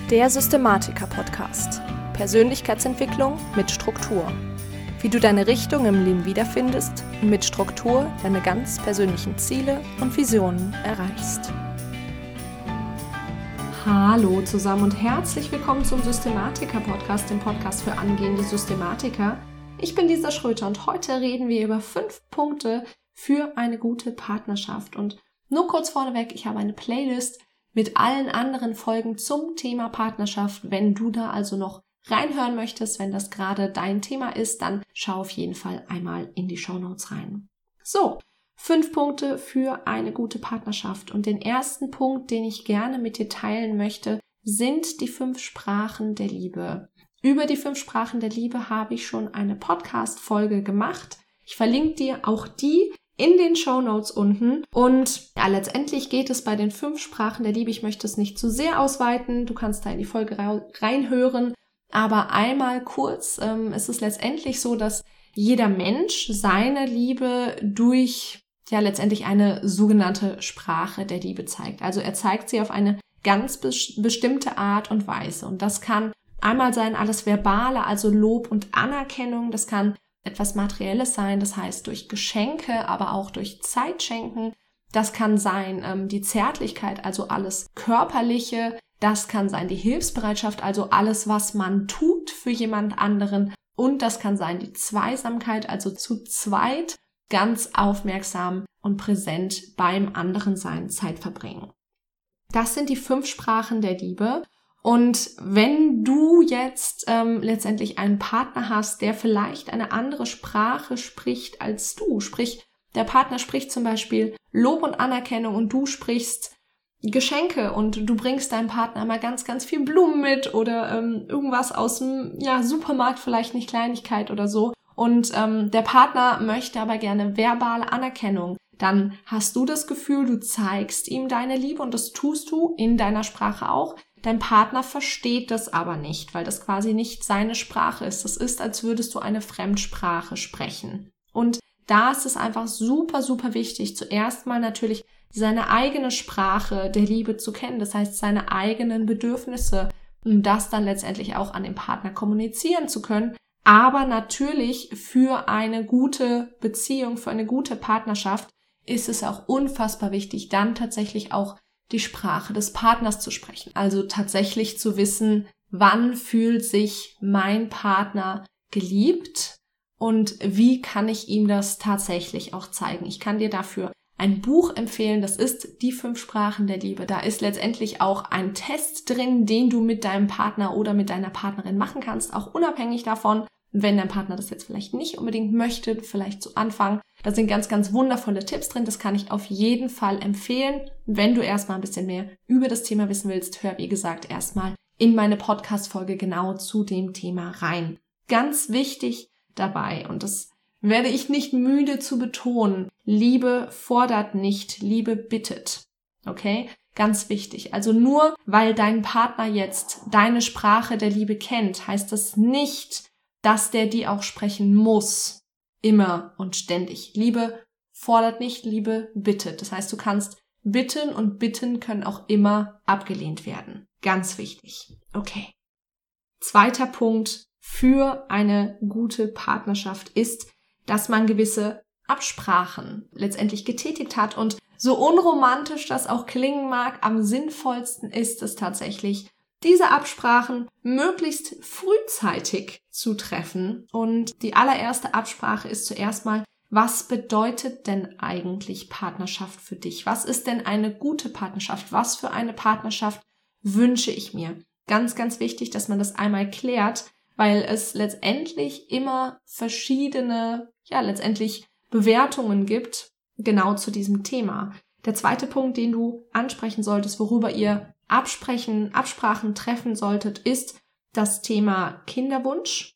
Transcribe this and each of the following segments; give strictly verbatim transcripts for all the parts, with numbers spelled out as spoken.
Der Systematiker-Podcast. Persönlichkeitsentwicklung mit Struktur. Wie du deine Richtung im Leben wiederfindest und mit Struktur deine ganz persönlichen Ziele und Visionen erreichst. Hallo zusammen und herzlich willkommen zum Systematiker-Podcast, dem Podcast für angehende Systematiker. Ich bin Lisa Schröter und heute reden wir über fünf Punkte für eine gute Partnerschaft. Und nur kurz vorneweg, ich habe eine Playlist mit allen anderen Folgen zum Thema Partnerschaft. Wenn du da also noch reinhören möchtest, wenn das gerade dein Thema ist, dann schau auf jeden Fall einmal in die Shownotes rein. So, fünf Punkte für eine gute Partnerschaft. Und den ersten Punkt, den ich gerne mit dir teilen möchte, sind die fünf Sprachen der Liebe. Über die fünf Sprachen der Liebe habe ich schon eine Podcast-Folge gemacht. Ich verlinke dir auch die in den Shownotes unten. Und ja, letztendlich geht es bei den fünf Sprachen der Liebe. Ich möchte es nicht zu sehr ausweiten. Du kannst da in die Folge reinhören. Aber einmal kurz, ähm, es ist letztendlich so, dass jeder Mensch seine Liebe durch ja letztendlich eine sogenannte Sprache der Liebe zeigt. Also er zeigt sie auf eine ganz bes- bestimmte Art und Weise. Und das kann einmal sein alles Verbale, also Lob und Anerkennung. Das kann etwas Materielles sein, das heißt durch Geschenke, aber auch durch Zeit schenken. Das kann sein ähm, die Zärtlichkeit, also alles Körperliche. Das kann sein die Hilfsbereitschaft, also alles, was man tut für jemand anderen. Und das kann sein die Zweisamkeit, also zu zweit ganz aufmerksam und präsent beim anderen sein, Zeit verbringen. Das sind die fünf Sprachen der Liebe. Und wenn du jetzt ähm, letztendlich einen Partner hast, der vielleicht eine andere Sprache spricht als du, sprich, der Partner spricht zum Beispiel Lob und Anerkennung und du sprichst Geschenke und du bringst deinem Partner mal ganz, ganz viel Blumen mit oder ähm, irgendwas aus dem ja, Supermarkt, vielleicht nicht Kleinigkeit oder so. Und ähm, der Partner möchte aber gerne verbale Anerkennung. Dann hast du das Gefühl, du zeigst ihm deine Liebe und das tust du in deiner Sprache auch. Dein Partner versteht das aber nicht, weil das quasi nicht seine Sprache ist. Das ist, als würdest du eine Fremdsprache sprechen. Und da ist es einfach super, super wichtig, zuerst mal natürlich seine eigene Sprache der Liebe zu kennen. Das heißt, seine eigenen Bedürfnisse, um das dann letztendlich auch an den Partner kommunizieren zu können. Aber natürlich für eine gute Beziehung, für eine gute Partnerschaft ist es auch unfassbar wichtig, dann tatsächlich auch die Sprache des Partners zu sprechen. Also tatsächlich zu wissen, wann fühlt sich mein Partner geliebt und wie kann ich ihm das tatsächlich auch zeigen. Ich kann dir dafür ein Buch empfehlen, das ist Die fünf Sprachen der Liebe. Da ist letztendlich auch ein Test drin, den du mit deinem Partner oder mit deiner Partnerin machen kannst, auch unabhängig davon, wenn dein Partner das jetzt vielleicht nicht unbedingt möchte, vielleicht zu Anfang. Da sind ganz, ganz wundervolle Tipps drin. Das kann ich auf jeden Fall empfehlen. Wenn du erstmal ein bisschen mehr über das Thema wissen willst, hör, wie gesagt, erstmal in meine Podcast-Folge genau zu dem Thema rein. Ganz wichtig dabei, und das werde ich nicht müde zu betonen, Liebe fordert nicht, Liebe bittet. Okay? Ganz wichtig. Also nur, weil dein Partner jetzt deine Sprache der Liebe kennt, heißt das nicht, dass der die auch sprechen muss. Immer und ständig. Liebe fordert nicht, Liebe bittet. Das heißt, du kannst bitten und bitten können auch immer abgelehnt werden. Ganz wichtig. Okay. Zweiter Punkt für eine gute Partnerschaft ist, dass man gewisse Absprachen letztendlich getätigt hat. Und so unromantisch das auch klingen mag, am sinnvollsten ist es tatsächlich, diese Absprachen möglichst frühzeitig zu treffen. Und die allererste Absprache ist zuerst mal, was bedeutet denn eigentlich Partnerschaft für dich? Was ist denn eine gute Partnerschaft? Was für eine Partnerschaft wünsche ich mir? Ganz, ganz wichtig, dass man das einmal klärt, weil es letztendlich immer verschiedene, ja, letztendlich Bewertungen gibt, genau zu diesem Thema. Der zweite Punkt, den du ansprechen solltest, worüber ihr Absprechen, Absprachen treffen solltet, ist das Thema Kinderwunsch.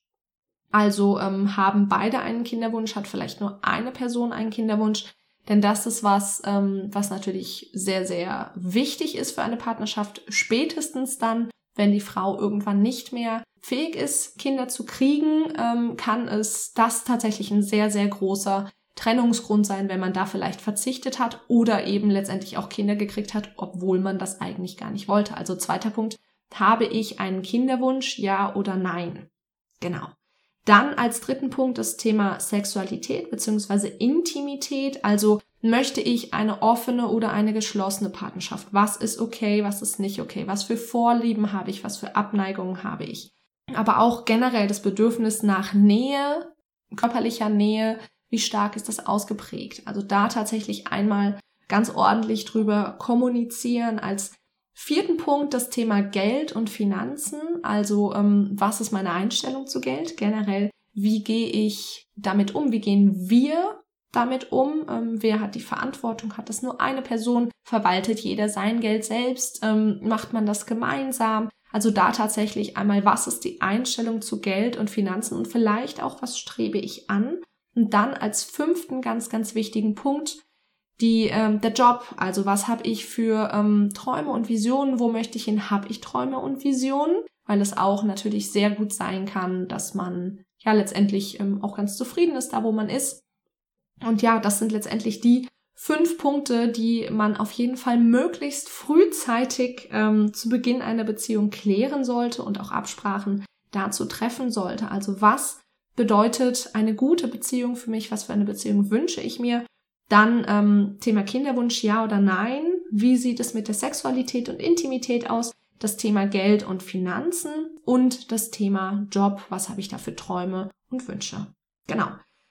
Also ähm, haben beide einen Kinderwunsch, hat vielleicht nur eine Person einen Kinderwunsch, denn das ist was, ähm, was natürlich sehr, sehr wichtig ist für eine Partnerschaft, spätestens dann, wenn die Frau irgendwann nicht mehr fähig ist, Kinder zu kriegen, ähm, kann es das tatsächlich ein sehr, sehr großer Trennungsgrund sein, wenn man da vielleicht verzichtet hat oder eben letztendlich auch Kinder gekriegt hat, obwohl man das eigentlich gar nicht wollte. Also zweiter Punkt, Habe ich einen Kinderwunsch, ja oder nein? Genau. Dann als dritten Punkt das Thema Sexualität bzw. Intimität. Also möchte ich eine offene oder eine geschlossene Partnerschaft? Was ist okay, was ist nicht okay? Was für Vorlieben habe ich? Was für Abneigungen habe ich? Aber auch generell das Bedürfnis nach Nähe, körperlicher Nähe. Wie stark ist das ausgeprägt? Also da tatsächlich einmal ganz ordentlich drüber kommunizieren. Als vierten Punkt das Thema Geld und Finanzen. Also ähm, was ist meine Einstellung zu Geld? Generell, wie gehe ich damit um? Wie gehen wir damit um? Ähm, wer hat die Verantwortung? Hat das nur eine Person? Verwaltet jeder sein Geld selbst? Ähm, macht man das gemeinsam? Also da tatsächlich einmal, was ist die Einstellung zu Geld und Finanzen und vielleicht auch, was strebe ich an? Und dann als fünften ganz, ganz wichtigen Punkt, Die, ähm, der Job, also was habe ich für ähm, Träume und Visionen, wo möchte ich hin, habe ich Träume und Visionen, weil es auch natürlich sehr gut sein kann, dass man ja letztendlich ähm, auch ganz zufrieden ist, da wo man ist. Und ja, das sind letztendlich die fünf Punkte, die man auf jeden Fall möglichst frühzeitig ähm, zu Beginn einer Beziehung klären sollte und auch Absprachen dazu treffen sollte. Also was bedeutet eine gute Beziehung für mich, was für eine Beziehung wünsche ich mir? Dann ähm, Thema Kinderwunsch, ja oder nein. Wie sieht es mit der Sexualität und Intimität aus? Das Thema Geld und Finanzen und das Thema Job. Was habe ich da für Träume und Wünsche? Genau.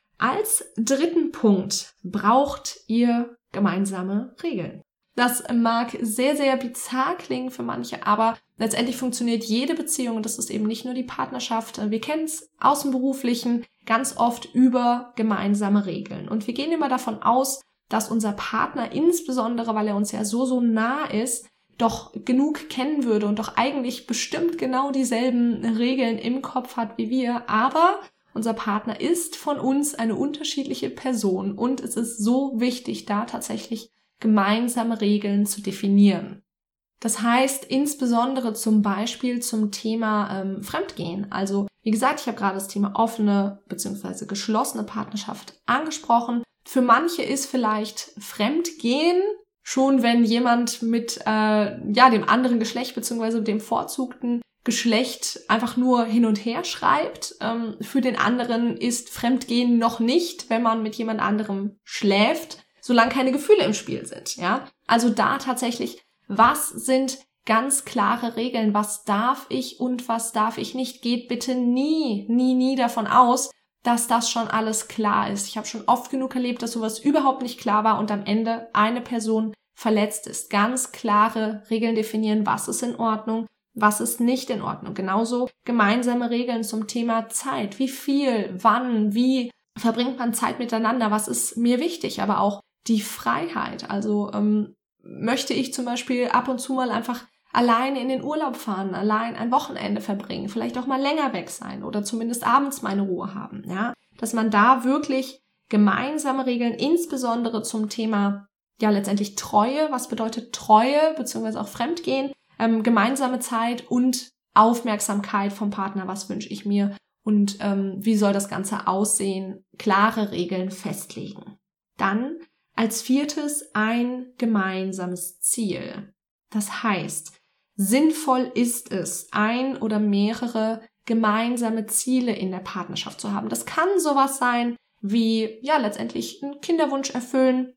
Als dritten Punkt braucht ihr gemeinsame Regeln. Das mag sehr, sehr bizarr klingen für manche, aber letztendlich funktioniert jede Beziehung, und das ist eben nicht nur die Partnerschaft, wir kennen es aus dem Beruflichen, ganz oft über gemeinsame Regeln. Und wir gehen immer davon aus, dass unser Partner, insbesondere weil er uns ja so, so nah ist, doch genug kennen würde und doch eigentlich bestimmt genau dieselben Regeln im Kopf hat wie wir. Aber unser Partner ist von uns eine unterschiedliche Person und es ist so wichtig, da tatsächlich gemeinsame Regeln zu definieren. Das heißt insbesondere zum Beispiel zum Thema ähm, Fremdgehen. Also wie gesagt, ich habe gerade das Thema offene bzw. geschlossene Partnerschaft angesprochen. Für manche ist vielleicht Fremdgehen schon, wenn jemand mit äh, ja dem anderen Geschlecht bzw. dem bevorzugten Geschlecht einfach nur hin und her schreibt. Ähm, für den anderen ist Fremdgehen noch nicht, wenn man mit jemand anderem schläft, solange keine Gefühle im Spiel sind. Ja, also da tatsächlich, was sind ganz klare Regeln? Was darf ich und was darf ich nicht? Geht bitte nie, nie, nie davon aus, dass das schon alles klar ist. Ich habe schon oft genug erlebt, dass sowas überhaupt nicht klar war und am Ende eine Person verletzt ist. Ganz klare Regeln definieren, was ist in Ordnung, was ist nicht in Ordnung. Genauso gemeinsame Regeln zum Thema Zeit. Wie viel, wann, wie verbringt man Zeit miteinander? Was ist mir wichtig? Aber auch die Freiheit. Also ähm, möchte ich zum Beispiel ab und zu mal einfach alleine in den Urlaub fahren, allein ein Wochenende verbringen, vielleicht auch mal länger weg sein oder zumindest abends meine Ruhe haben. Ja, dass man da wirklich gemeinsame Regeln, insbesondere zum Thema ja letztendlich Treue. Was bedeutet Treue beziehungsweise auch Fremdgehen? Ähm, gemeinsame Zeit und Aufmerksamkeit vom Partner. Was wünsche ich mir und ähm, wie soll das Ganze aussehen? Klare Regeln festlegen. Dann als viertes ein gemeinsames Ziel. Das heißt, sinnvoll ist es, ein oder mehrere gemeinsame Ziele in der Partnerschaft zu haben. Das kann sowas sein wie, ja, letztendlich einen Kinderwunsch erfüllen.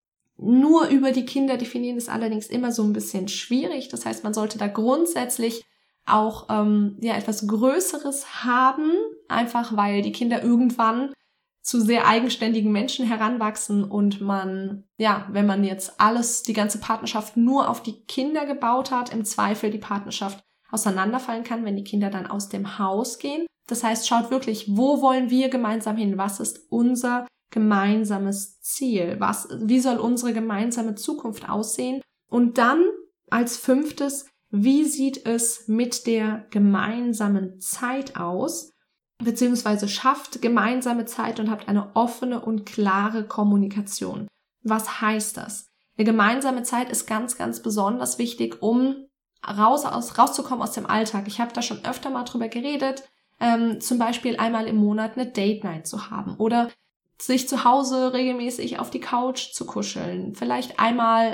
Nur über die Kinder definieren ist allerdings immer so ein bisschen schwierig. Das heißt, man sollte da grundsätzlich auch ähm, ja etwas Größeres haben, einfach weil die Kinder irgendwann zu sehr eigenständigen Menschen heranwachsen und man, ja, wenn man jetzt alles, die ganze Partnerschaft nur auf die Kinder gebaut hat, im Zweifel die Partnerschaft auseinanderfallen kann, wenn die Kinder dann aus dem Haus gehen. Das heißt, schaut wirklich, wo wollen wir gemeinsam hin? Was ist unser gemeinsames Ziel? Was, wie soll unsere gemeinsame Zukunft aussehen? Und dann als fünftes, wie sieht es mit der gemeinsamen Zeit aus? Beziehungsweise schafft gemeinsame Zeit und habt eine offene und klare Kommunikation. Was heißt das? Eine gemeinsame Zeit ist ganz, ganz besonders wichtig, um raus, aus, rauszukommen aus dem Alltag. Ich habe da schon öfter mal drüber geredet, ähm, zum Beispiel einmal im Monat eine Date Night zu haben oder sich zu Hause regelmäßig auf die Couch zu kuscheln. Vielleicht einmal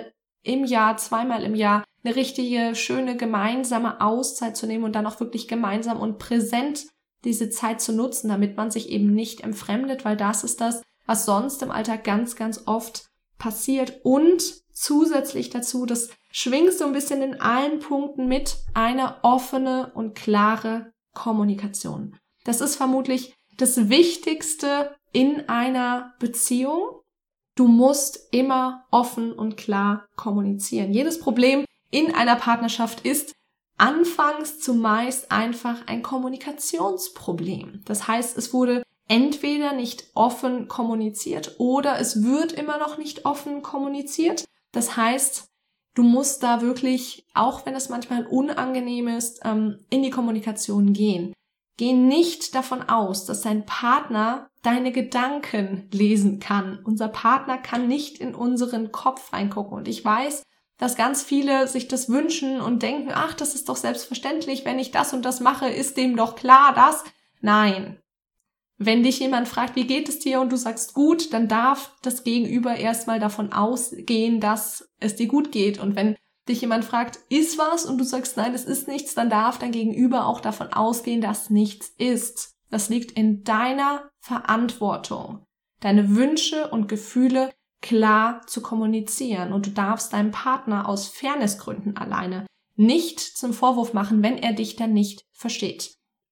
im Jahr, zweimal im Jahr, eine richtige, schöne gemeinsame Auszeit zu nehmen und dann auch wirklich gemeinsam und präsent diese Zeit zu nutzen, damit man sich eben nicht entfremdet, weil das ist das, was sonst im Alltag ganz, ganz oft passiert. Und zusätzlich dazu, das schwingt so ein bisschen in allen Punkten mit, eine offene und klare Kommunikation. Das ist vermutlich das Wichtigste in einer Beziehung. Du musst immer offen und klar kommunizieren. Jedes Problem in einer Partnerschaft ist anfangs zumeist einfach ein Kommunikationsproblem. Das heißt, es wurde entweder nicht offen kommuniziert oder es wird immer noch nicht offen kommuniziert. Das heißt, du musst da wirklich, auch wenn es manchmal unangenehm ist, in die Kommunikation gehen. Geh nicht davon aus, dass dein Partner deine Gedanken lesen kann. Unser Partner kann nicht in unseren Kopf reingucken. Und ich weiß, dass ganz viele sich das wünschen und denken, ach, das ist doch selbstverständlich, wenn ich das und das mache, ist dem doch klar, das. Nein. Wenn dich jemand fragt, wie geht es dir und du sagst gut, dann darf das Gegenüber erstmal davon ausgehen, dass es dir gut geht. Und wenn dich jemand fragt, ist was? Und du sagst, nein, es ist nichts, dann darf dein Gegenüber auch davon ausgehen, dass nichts ist. Das liegt in deiner Verantwortung, deine Wünsche und Gefühle klar zu kommunizieren. Und du darfst deinem Partner aus Fairnessgründen alleine nicht zum Vorwurf machen, wenn er dich dann nicht versteht.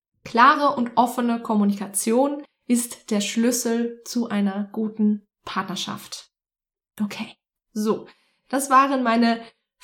Klare und offene Kommunikation ist der Schlüssel zu einer guten Partnerschaft. Okay, so, das waren meine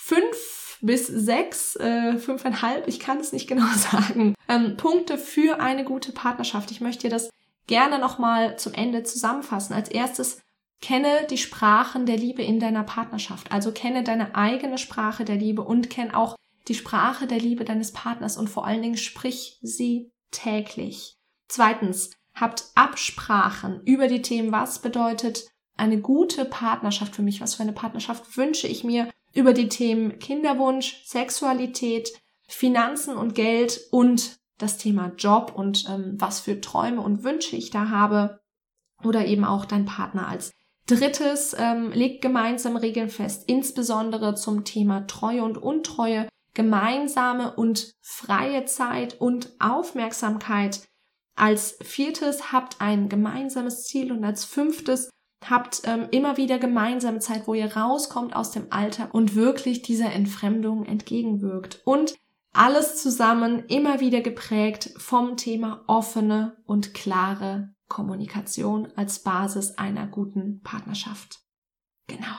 fünf bis sechs, äh, fünfeinhalb, ich kann es nicht genau sagen, ähm, Punkte für eine gute Partnerschaft. Ich möchte dir das gerne nochmal zum Ende zusammenfassen. Als erstes, kenne die Sprachen der Liebe in deiner Partnerschaft. Also kenne deine eigene Sprache der Liebe und kenne auch die Sprache der Liebe deines Partners und vor allen Dingen sprich sie täglich. Zweitens, habt Absprachen über die Themen, was bedeutet eine gute Partnerschaft für mich, was für eine Partnerschaft wünsche ich mir, über die Themen Kinderwunsch, Sexualität, Finanzen und Geld und das Thema Job und ähm, was für Träume und Wünsche ich da habe oder eben auch dein Partner als drittes. Ähm, legt gemeinsam Regeln fest, insbesondere zum Thema Treue und Untreue, gemeinsame und freie Zeit und Aufmerksamkeit. Als viertes, habt ein gemeinsames Ziel und als fünftes, habt ähm, immer wieder gemeinsame Zeit, wo ihr rauskommt aus dem Alltag und wirklich dieser Entfremdung entgegenwirkt. Und alles zusammen immer wieder geprägt vom Thema offene und klare Kommunikation als Basis einer guten Partnerschaft. Genau.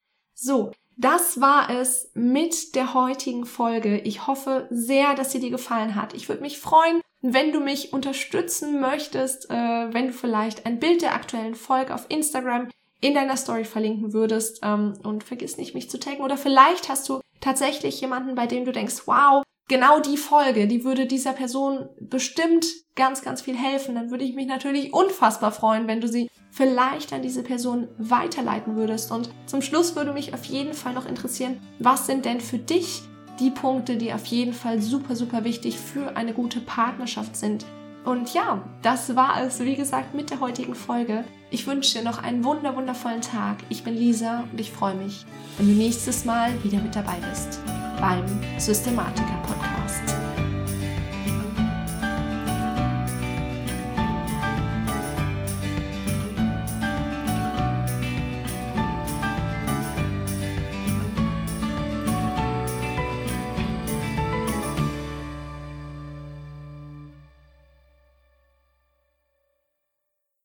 So, das war es mit der heutigen Folge. Ich hoffe sehr, dass sie dir gefallen hat. Ich würde mich freuen, wenn du mich unterstützen möchtest, äh, wenn du vielleicht ein Bild der aktuellen Folge auf Instagram in deiner Story verlinken würdest, ähm, und vergiss nicht, mich zu taggen. Oder vielleicht hast du tatsächlich jemanden, bei dem du denkst, wow, genau die Folge, die würde dieser Person bestimmt ganz, ganz viel helfen. Dann würde ich mich natürlich unfassbar freuen, wenn du sie vielleicht an diese Person weiterleiten würdest. Und zum Schluss würde mich auf jeden Fall noch interessieren, was sind denn für dich die Punkte, die auf jeden Fall super, super wichtig für eine gute Partnerschaft sind. Und ja, das war es, wie gesagt, mit der heutigen Folge. Ich wünsche dir noch einen wunder, wundervollen Tag. Ich bin Lisa und ich freue mich, wenn du nächstes Mal wieder mit dabei bist beim Systematiker.